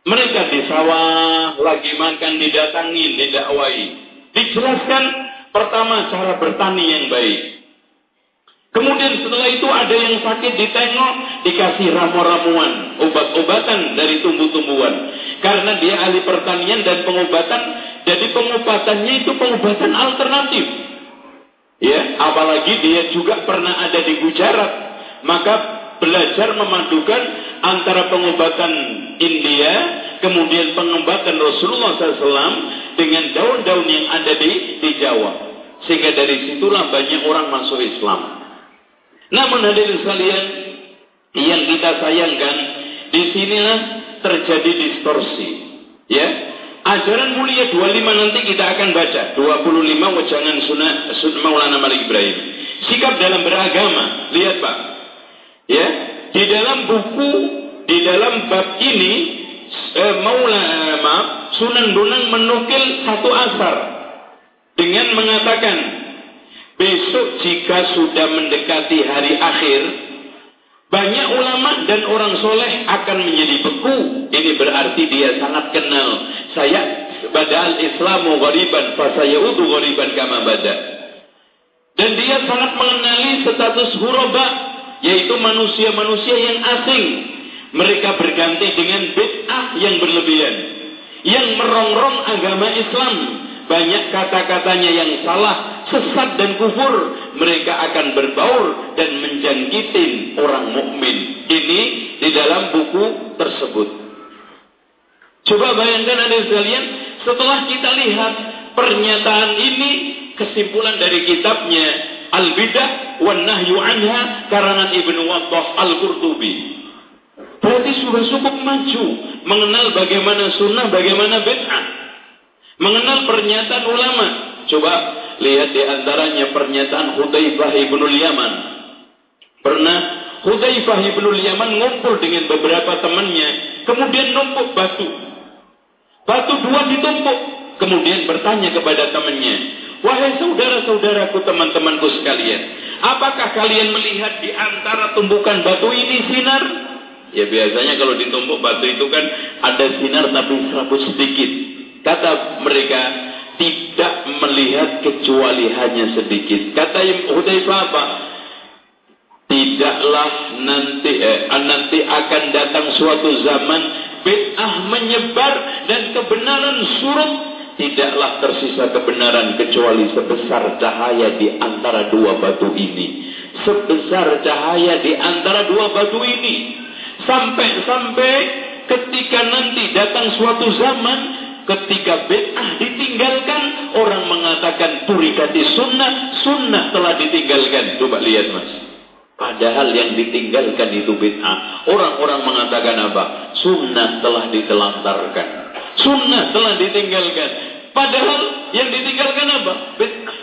Speaker 1: Mereka di sawah, lagi makan, didatangi, didakwai. Dijelaskan pertama cara bertani yang baik. Kemudian setelah itu ada yang sakit ditengok, dikasih ramu-ramuan, obat-obatan dari tumbuh-tumbuhan. Karena dia ahli pertanian dan pengobatan, jadi pengobatannya itu pengobatan alternatif. Ya, apalagi dia juga pernah ada di Gujarat, maka belajar memadukan antara pengobatan India, kemudian pengobatan Rasulullah SAW dengan daun-daun yang ada di Jawa. Sehingga dari situlah banyak orang masuk Islam. Namun hadirin sekalian, yang kita sayangkan, di sinilah terjadi distorsi. Ya, ajaran mulia 25 nanti kita akan baca 25 wejangan sunnah Maulana Malik Ibrahim. Sikap dalam beragama, lihat Pak. Ya, di dalam buku, di dalam bab ini Sunan Bonang menukil satu asar dengan mengatakan, besok jika sudah mendekati hari akhir, banyak ulama dan orang soleh akan menjadi beku. Ini berarti dia sangat kenal. Saya badal Islamu ghariban, fasayaudu ghariban kama bada. Dan dia sangat mengenali status ghuraba, yaitu manusia-manusia yang asing. Mereka berganti dengan bid'ah yang berlebihan, yang merongrong agama Islam. Banyak kata-katanya yang salah, sesat dan kufur. Mereka akan berbaur dan menjangkitin orang mukmin. Ini di dalam buku tersebut. Coba bayangkan ada sekalian, setelah kita lihat pernyataan ini, kesimpulan dari kitabnya Al-Bidah wan Nahyu Anha karangan Ibnu Wattah Al-Qurtubi. Berarti sudah cukup maju mengenal bagaimana sunnah, bagaimana bid'ah, mengenal pernyataan ulama. Coba lihat di antaranya pernyataan Hudzaifah ibnul Yaman. Pernah Hudzaifah ibnul Yaman ngumpul dengan beberapa temannya, kemudian numpuk batu. Batu 2 ditumpuk, kemudian bertanya kepada temannya, wahai saudara-saudaraku, teman-temanku sekalian, apakah kalian melihat di antara tumpukan batu ini sinar? Ya biasanya kalau ditumpuk batu itu kan ada sinar tapi serabut sedikit. Kata mereka, tidak melihat kecuali hanya sedikit. Kata Hudzaifah apa? Tidaklah nanti akan datang suatu zaman bid'ah menyebar dan kebenaran surut. Tidaklah tersisa kebenaran kecuali sebesar cahaya di antara 2 batu ini. Sebesar cahaya di antara 2 batu ini. Sampai ketika nanti datang suatu zaman, ketika bid'ah ditinggalkan, orang mengatakan turikati sunnah, sunnah telah ditinggalkan. Coba lihat mas. Padahal yang ditinggalkan itu bid'ah. Orang-orang mengatakan apa? Sunnah telah ditelantarkan. Sunnah telah ditinggalkan. Padahal yang ditinggalkan apa? Bid'ah.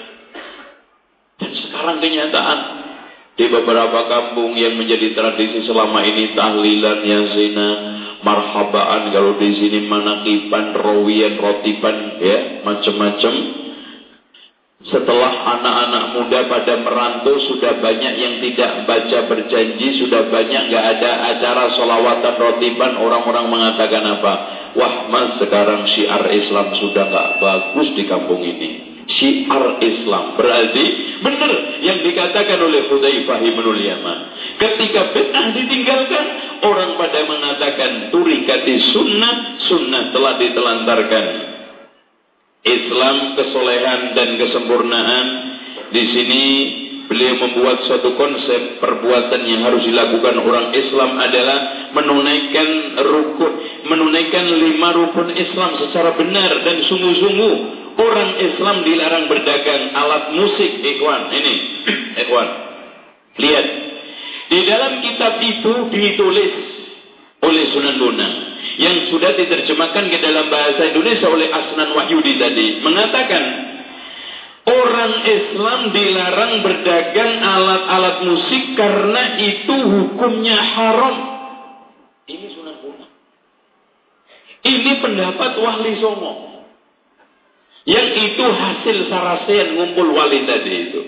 Speaker 1: Dan sekarang kenyataan, di beberapa kampung yang menjadi tradisi selama ini tahlilan, yazina, marhabaan, kalau di sini manakiban, rawiyan, rotiban, ya macam-macam. Setelah anak-anak muda pada merantau, sudah banyak yang tidak baca berjanji, sudah banyak nggak ada acara sholawatan rotiban. Orang-orang mengatakan apa? Wah mas, sekarang syiar Islam sudah nggak bagus di kampung ini. Syiar Islam berarti benar yang dikatakan oleh Hudzaifah ibnul Yaman. Ketika bid'ah ditinggalkan, orang pada mengatakan turikati sunnah, sunnah telah ditelantarkan. Islam, kesolehan dan kesempurnaan. Di sini beliau membuat suatu konsep perbuatan yang harus dilakukan orang Islam adalah menunaikan 5 rukun Islam secara benar dan sungguh-sungguh. Orang Islam dilarang berdagang alat musik, ikhwan. Ini, ikhwan. Lihat. Di dalam kitab itu ditulis oleh Sunan Bonang, yang sudah diterjemahkan ke dalam bahasa Indonesia oleh Asnan Wahyudi tadi, mengatakan orang Islam dilarang berdagang alat-alat musik karena itu hukumnya haram. Ini Sunan Bonang. Ini pendapat Wali Songo, yang itu hasil sarasean ngumpul wali tadi itu.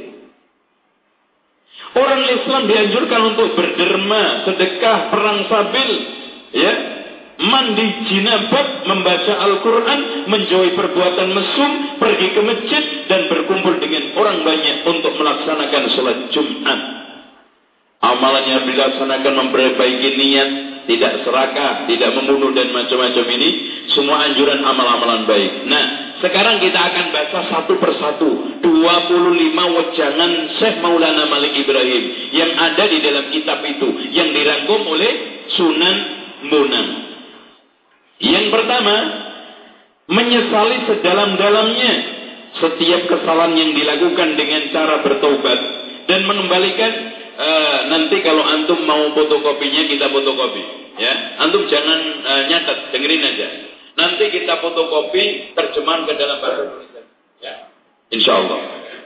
Speaker 1: Orang Islam dianjurkan untuk berderma, sedekah, perang sabil, ya, mandi jinabah, membaca Al-Quran, menjauhi perbuatan mesum, pergi ke masjid, dan berkumpul dengan orang banyak untuk melaksanakan sholat Jumat. Amalannya dilaksanakan, memperbaiki niat, tidak serakah, tidak membunuh, dan macam-macam ini. Semua anjuran amal-amalan baik. Nah, sekarang kita akan baca satu persatu 25 wejangan Syekh Maulana Malik Ibrahim yang ada di dalam kitab itu, yang dirangkum oleh Sunan Bonang. Yang pertama, menyesali sedalam-dalamnya setiap kesalahan yang dilakukan dengan cara bertobat dan mengembalikan. Nanti kalau antum mau fotokopinya, kita fotokopi, ya. Antum jangan nyatet, dengerin aja. Nanti kita fotokopi terjemahan ke dalam bahasa Indonesia, ya. Insyaallah.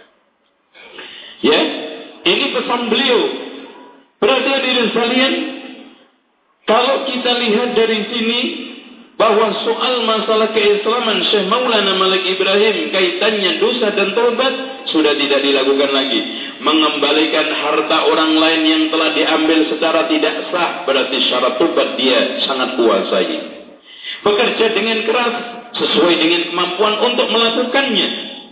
Speaker 1: Ya, ini pesan beliau. Berarti hadirin sekalian, kalau kita lihat dari sini bahwa soal masalah keislaman Syekh Maulana Malik Ibrahim kaitannya dosa dan taubat sudah tidak dilakukan lagi. Mengembalikan harta orang lain yang telah diambil secara tidak sah, berarti syarat taubat dia sangat kuasai. Bekerja dengan keras sesuai dengan kemampuan untuk melakukannya.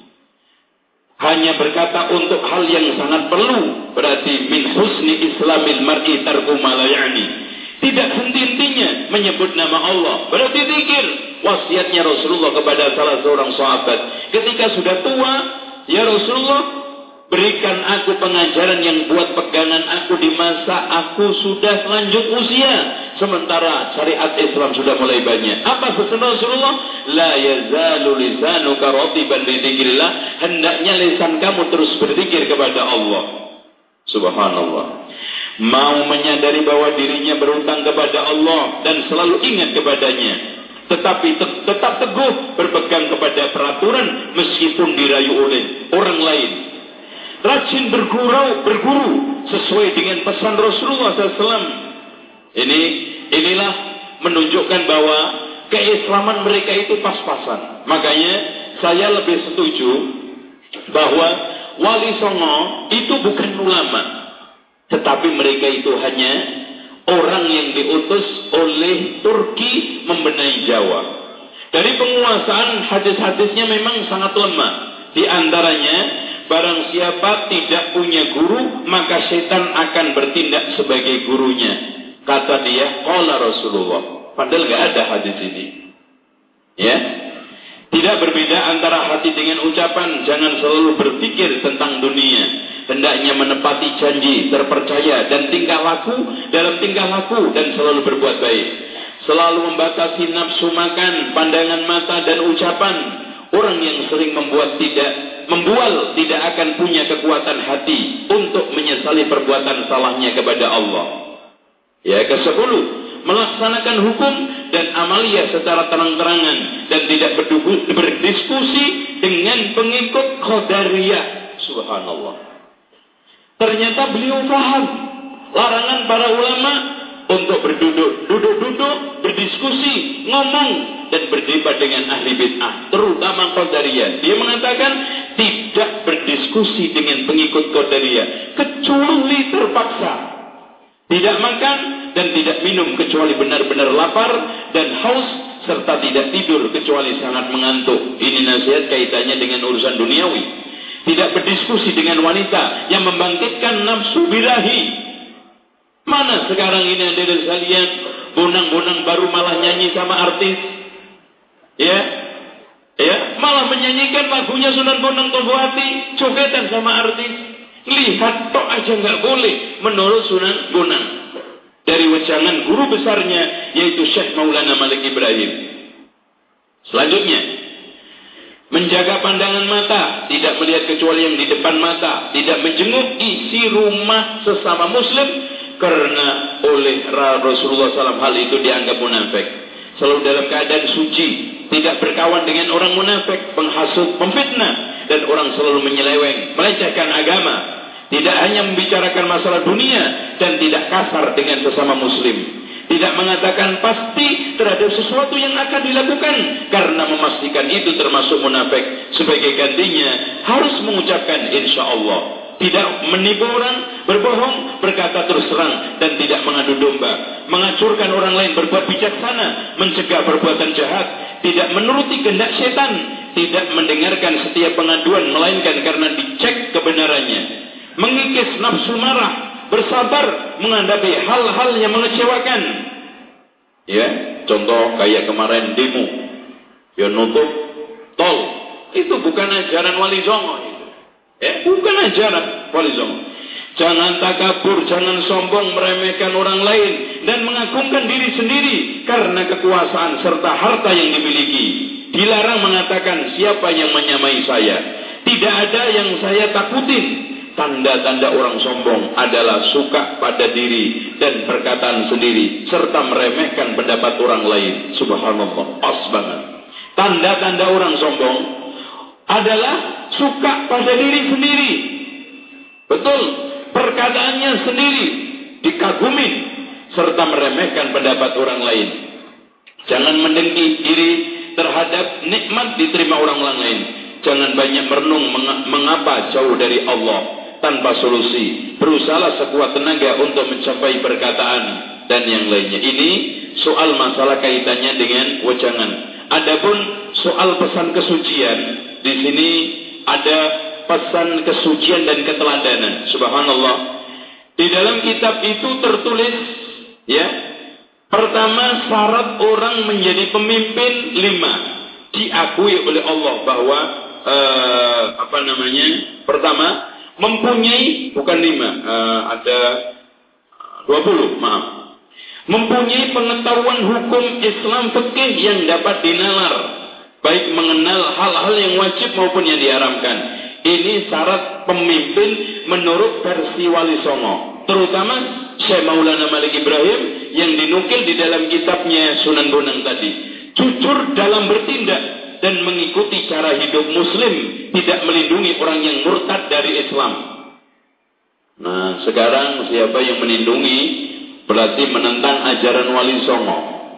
Speaker 1: Hanya berkata untuk hal yang sangat perlu, berarti min husni islamil mar'i tarku ma la ya'ni. Tidak henti-hentinya menyebut nama Allah, berarti zikir. Wasiatnya Rasulullah kepada salah seorang sahabat, ketika sudah tua, ya Rasulullah, berikan aku pengajaran yang buat pegangan aku di masa aku sudah lanjut usia, sementara syariat Islam sudah mulai banyak. Apa pesan Rasulullah? La yazalu lisanuka ratiban li dzikrillah. Hendaknya lisan kamu terus berzikir kepada Allah. Subhanallah. Mau menyadari bahwa dirinya berhutang kepada Allah dan selalu ingat kepadanya, tetapi tetap teguh berpegang kepada peraturan meskipun dirayu oleh orang lain. Rajin berguru sesuai dengan pesan Rasulullah SAW. Inilah menunjukkan bahwa keislaman mereka itu pas-pasan. Makanya saya lebih setuju bahwa Wali Songo itu bukan ulama, tetapi mereka itu hanya orang yang diutus oleh Turki membenahi Jawa. Dari penguasaan hadis-hadisnya memang sangat lemah. Di antaranya, barang siapa tidak punya guru, maka setan akan bertindak sebagai gurunya. Kata dia, qala Rasulullah. Padahal nggak ada hadis ini. Ya. Tidak berbeda antara hati dengan ucapan. Jangan selalu berpikir tentang dunia. Hendaknya menepati janji, terpercaya, dan dalam tingkah laku, dan selalu berbuat baik. Selalu membatasi nafsu makan, pandangan mata, dan ucapan. Orang yang sering membual tidak akan punya kekuatan hati untuk menyesali perbuatan salahnya kepada Allah. Ya, ke-10, melaksanakan hukum dan amalia secara terang-terangan dan tidak berdiskusi dengan pengikut Qadariyah. Subhanallah. Ternyata beliau paham larangan para ulama untuk duduk-duduk, berdiskusi, ngomong, dan berdebat dengan ahli bid'ah, terutama Qadariyah. Dia mengatakan tidak berdiskusi dengan pengikut Qadariyah kecuali terpaksa. Tidak makan dan tidak minum kecuali benar-benar lapar dan haus, serta tidak tidur kecuali sangat mengantuk. Ini nasihat kaitannya dengan urusan duniawi. Tidak berdiskusi dengan wanita yang membangkitkan nafsu birahi. Mana sekarang ini ada dari sekalian, bonang-bonang baru malah nyanyi sama artis. Ya, malah menyanyikan lagunya Sunan Bonang Tombo Hati, jogetan sama artis. Lihat tok aja nggak boleh menurut Sunan Bonang. Dari wejangan guru besarnya yaitu Syekh Maulana Malik Ibrahim. Selanjutnya, menjaga pandangan mata, tidak melihat kecuali yang di depan mata, tidak menjenguk isi rumah sesama muslim, karena oleh Rasulullah SAW hal itu dianggap munafik. Selalu dalam keadaan suci, tidak berkawan dengan orang munafik, penghasut, pemfitnah, dan orang selalu menyeleweng, melecehkan agama. Tidak hanya membicarakan masalah dunia dan tidak kasar dengan sesama muslim. Tidak mengatakan pasti terhadap sesuatu yang akan dilakukan karena memastikan itu termasuk munafik. Sebagai gantinya harus mengucapkan insya Allah. Tidak menipu orang berbohong, berkata terus terang, dan tidak mengadu domba, mengacurkan orang lain berbuat bijaksana, mencegah perbuatan jahat, tidak menuruti kehendak setan, tidak mendengarkan setiap pengaduan melainkan karena dicek kebenarannya, mengikis nafsu marah, bersabar menghadapi hal-hal yang mengecewakan. Ya, contoh kayak kemarin demo, ya nutup tol, itu bukan ajaran Wali Songo itu. Ya, bukan ajaran Wali Songo. Jangan takabur, jangan sombong, meremehkan orang lain dan mengagungkan diri sendiri karena kekuasaan serta harta yang dimiliki. Dilarang mengatakan siapa yang menyamai saya. Tidak ada yang saya takutin. Tanda-tanda orang sombong adalah suka pada diri dan perkataan sendiri serta meremehkan pendapat orang lain. Subhanallah, pas banget. Tanda-tanda orang sombong adalah suka pada diri sendiri. Betul. Perkataannya sendiri dikagumin serta meremehkan pendapat orang lain. Jangan mendengki diri terhadap nikmat diterima orang lain. Jangan banyak merenung mengapa jauh dari Allah tanpa solusi. Berusahalah sekuat tenaga untuk mencapai perkataan dan yang lainnya. Ini soal masalah kaitannya dengan wejangan. Adapun soal pesan kesucian, di sini ada pesan kesucian dan keteladanan. Subhanallah. Di dalam kitab itu tertulis, ya, pertama syarat orang menjadi pemimpin 5 diakui oleh Allah bahwa pertama mempunyai, bukan 5, ada 20, maaf. Mempunyai pengetahuan hukum Islam fikih yang dapat dinalar, baik mengenal hal-hal yang wajib maupun yang diharamkan. Ini syarat pemimpin menurut versi Wali Songo, terutama Syekh Maulana Malik Ibrahim yang dinukil di dalam kitabnya Sunan Bonang tadi. Jujur dalam bertindak dan mengikuti cara hidup muslim, tidak melindungi orang yang murtad dari Islam. Nah, sekarang siapa yang melindungi berarti menentang ajaran Wali Songo.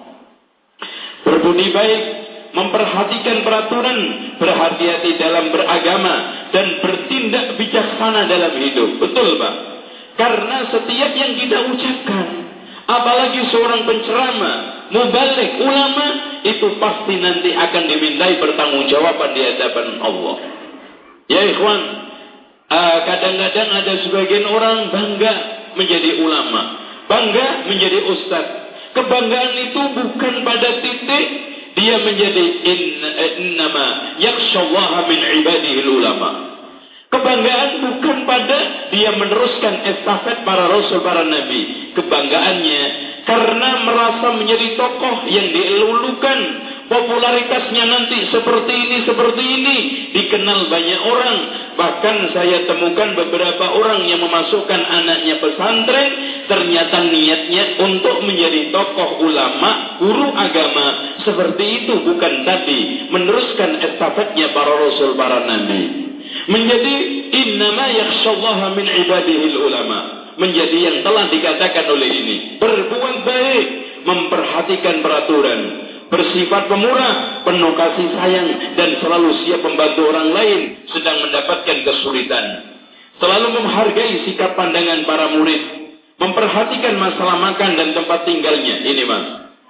Speaker 1: Berbudi baik, memperhatikan peraturan, berhati-hati dalam beragama, dan bertindak bijaksana dalam hidup. Betul, Pak? Karena setiap yang kita ucapkan, apalagi seorang penceramah, mubaligh, ulama, itu pasti nanti akan dimintai pertanggungjawaban di hadapan Allah. Ya ikhwan, kadang-kadang ada sebagian orang bangga menjadi ulama, bangga menjadi ustaz. Kebanggaan itu bukan pada titik dia menjadi innama yakhshallaha min ibadihil ulama. Kebanggaan bukan pada dia meneruskan estafet para rasul, para nabi. Kebanggaannya karena merasa menjadi tokoh yang dielulukan, popularitasnya nanti seperti ini, dikenal banyak orang. Bahkan saya temukan beberapa orang yang memasukkan anaknya pesantren, ternyata niatnya untuk menjadi tokoh ulama, guru agama. Seperti itu, bukan tadi meneruskan estafetnya para rasul, para nabi. Menjadi innama yakhshallaha min ibadihil ulama. Menjadi yang telah dikatakan oleh ini. Berbuat baik, memperhatikan peraturan, bersifat pemurah, penuh kasih sayang, dan selalu siap membantu orang lain sedang mendapatkan kesulitan. Selalu menghargai sikap pandangan para murid, memperhatikan masalah makan dan tempat tinggalnya. Ini Mas,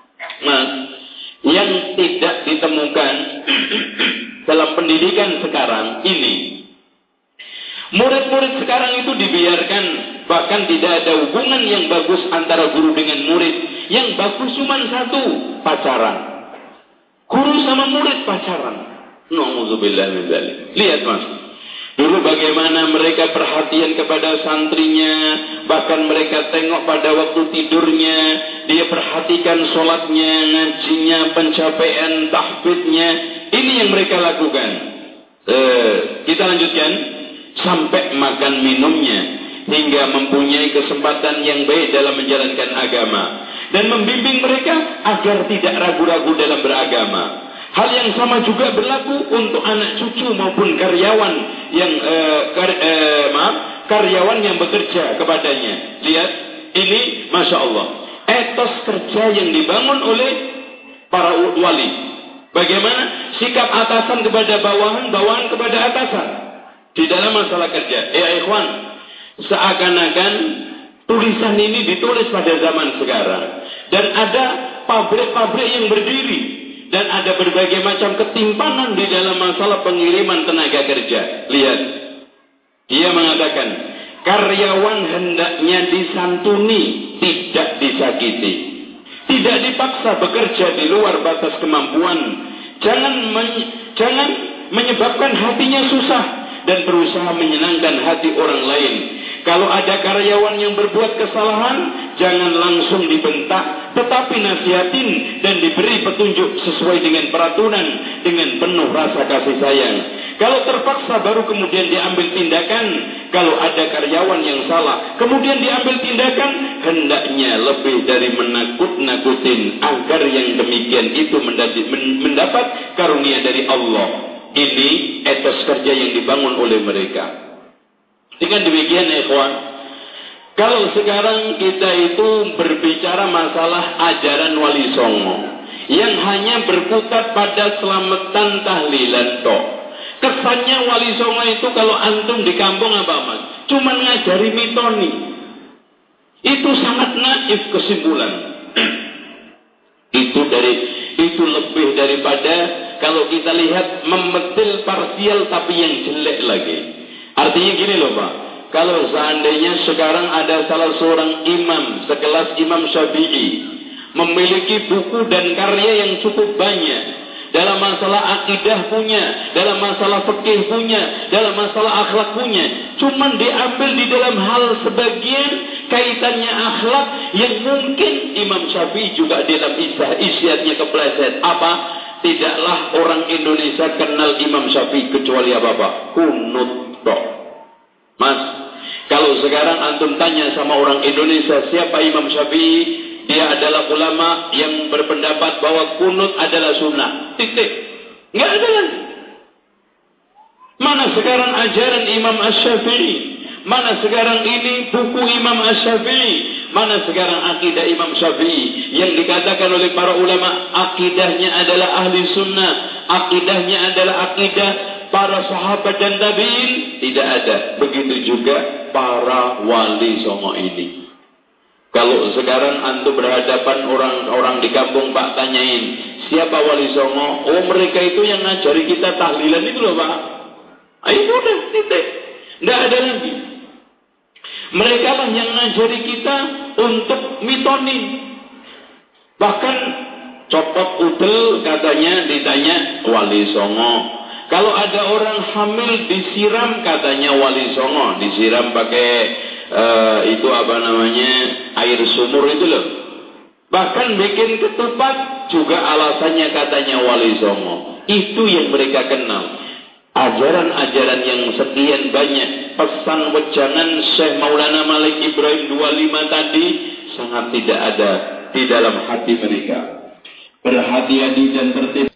Speaker 1: yang tidak ditemukan dalam pendidikan sekarang ini. Murid-murid sekarang itu dibiarkan, bahkan tidak ada hubungan yang bagus antara guru dengan murid. Yang bagus cuma satu, pacaran. Guru sama murid pacaran. Na'udzubillah min dzalik. Lihat Mas, dulu bagaimana mereka perhatian kepada santrinya, bahkan mereka tengok pada waktu tidurnya, dia perhatikan sholatnya, ngajinya, pencapaian tahfidnya. Ini yang mereka lakukan. Kita lanjutkan. Sampai makan minumnya, hingga mempunyai kesempatan yang baik dalam menjalankan agama, dan membimbing mereka agar tidak ragu-ragu dalam beragama. Hal yang sama juga berlaku untuk anak cucu maupun karyawan yang karyawan yang bekerja kepadanya. Lihat, ini Masya Allah, etos kerja yang dibangun oleh para wali. Bagaimana sikap atasan kepada bawahan, bawahan kepada atasan di dalam masalah kerja. Ya ikhwan, Seakan-akan tulisan ini ditulis pada zaman sekarang. Dan ada pabrik-pabrik yang berdiri. Dan ada berbagai macam ketimpangan di dalam masalah pengiriman tenaga kerja. Lihat. Dia mengatakan, karyawan hendaknya disantuni, tidak disakiti. Tidak dipaksa bekerja di luar batas kemampuan. Jangan menyebabkan hatinya susah dan berusaha menyenangkan hati orang lain. Kalau ada karyawan yang berbuat kesalahan, jangan langsung dibentak, tetapi nasihatin dan diberi petunjuk sesuai dengan peraturan, dengan penuh rasa kasih sayang. Kalau terpaksa baru kemudian diambil tindakan. Kalau ada karyawan yang salah, kemudian diambil tindakan, hendaknya lebih dari menakut-nakutin agar yang demikian itu mendapat karunia dari Allah. Ini etos kerja yang dibangun oleh mereka. Dengan demikian, ikhwan, kalau sekarang kita itu berbicara masalah ajaran Wali Songo yang hanya berkutat pada selamatan tahlilan toh. Kesannya Wali Songo itu kalau antum di kampung apa mas? Cuman ngajari mitoni. Itu sangat naif kesimpulan. Itu lebih daripada kalau kita lihat memetil parsial tapi yang jelek lagi. Artinya gini loh Pak. Kalau seandainya sekarang ada salah seorang imam sekelas Imam Syafi'i memiliki buku dan karya yang cukup banyak. Dalam masalah akidah punya, dalam masalah fikih punya, dalam masalah akhlak punya. Cuman diambil di dalam hal sebagian kaitannya akhlak yang mungkin Imam Syafi'i juga dalam isiatnya kepleset. Apa? Tidaklah orang Indonesia kenal Imam Syafi'i kecuali apa? Kunut tok. Mas, kalau sekarang antum tanya sama orang Indonesia siapa Imam Syafi'i? Dia adalah ulama yang berpendapat bahwa kunut adalah sunnah. Titik. Nggak ada lagi. Mana sekarang ajaran Imam Asy-Syafi'i? Mana sekarang ini buku Imam Asy-Syafi'i? Mana sekarang akidah Imam Syafi'i? Yang dikatakan oleh para ulama, akidahnya adalah ahli sunnah. Akidahnya adalah akidah para sahabat dan tabi'in. Tidak ada. Begitu juga para wali songo ini. Kalau sekarang antum berhadapan orang-orang di kampung Pak tanyain, siapa Wali Songo? Oh mereka itu yang ngajari kita tahlilan itu loh Pak. Itu udah titik. Nggak ada lagi. Mereka lah yang ngajari kita untuk mitoni. Bahkan copot udel katanya ditanya Wali Songo. Kalau ada orang hamil disiram katanya Wali Songo. Disiram pakai itu apa namanya air sumur itu loh. Bahkan bikin ketupat juga alasannya katanya Wali Songo. Itu yang mereka kenal. Ajaran-ajaran yang sekian banyak, pesan wejangan Syekh Maulana Malik Ibrahim 25 tadi sangat tidak ada di dalam hati mereka. Berhati-hati dan tertib.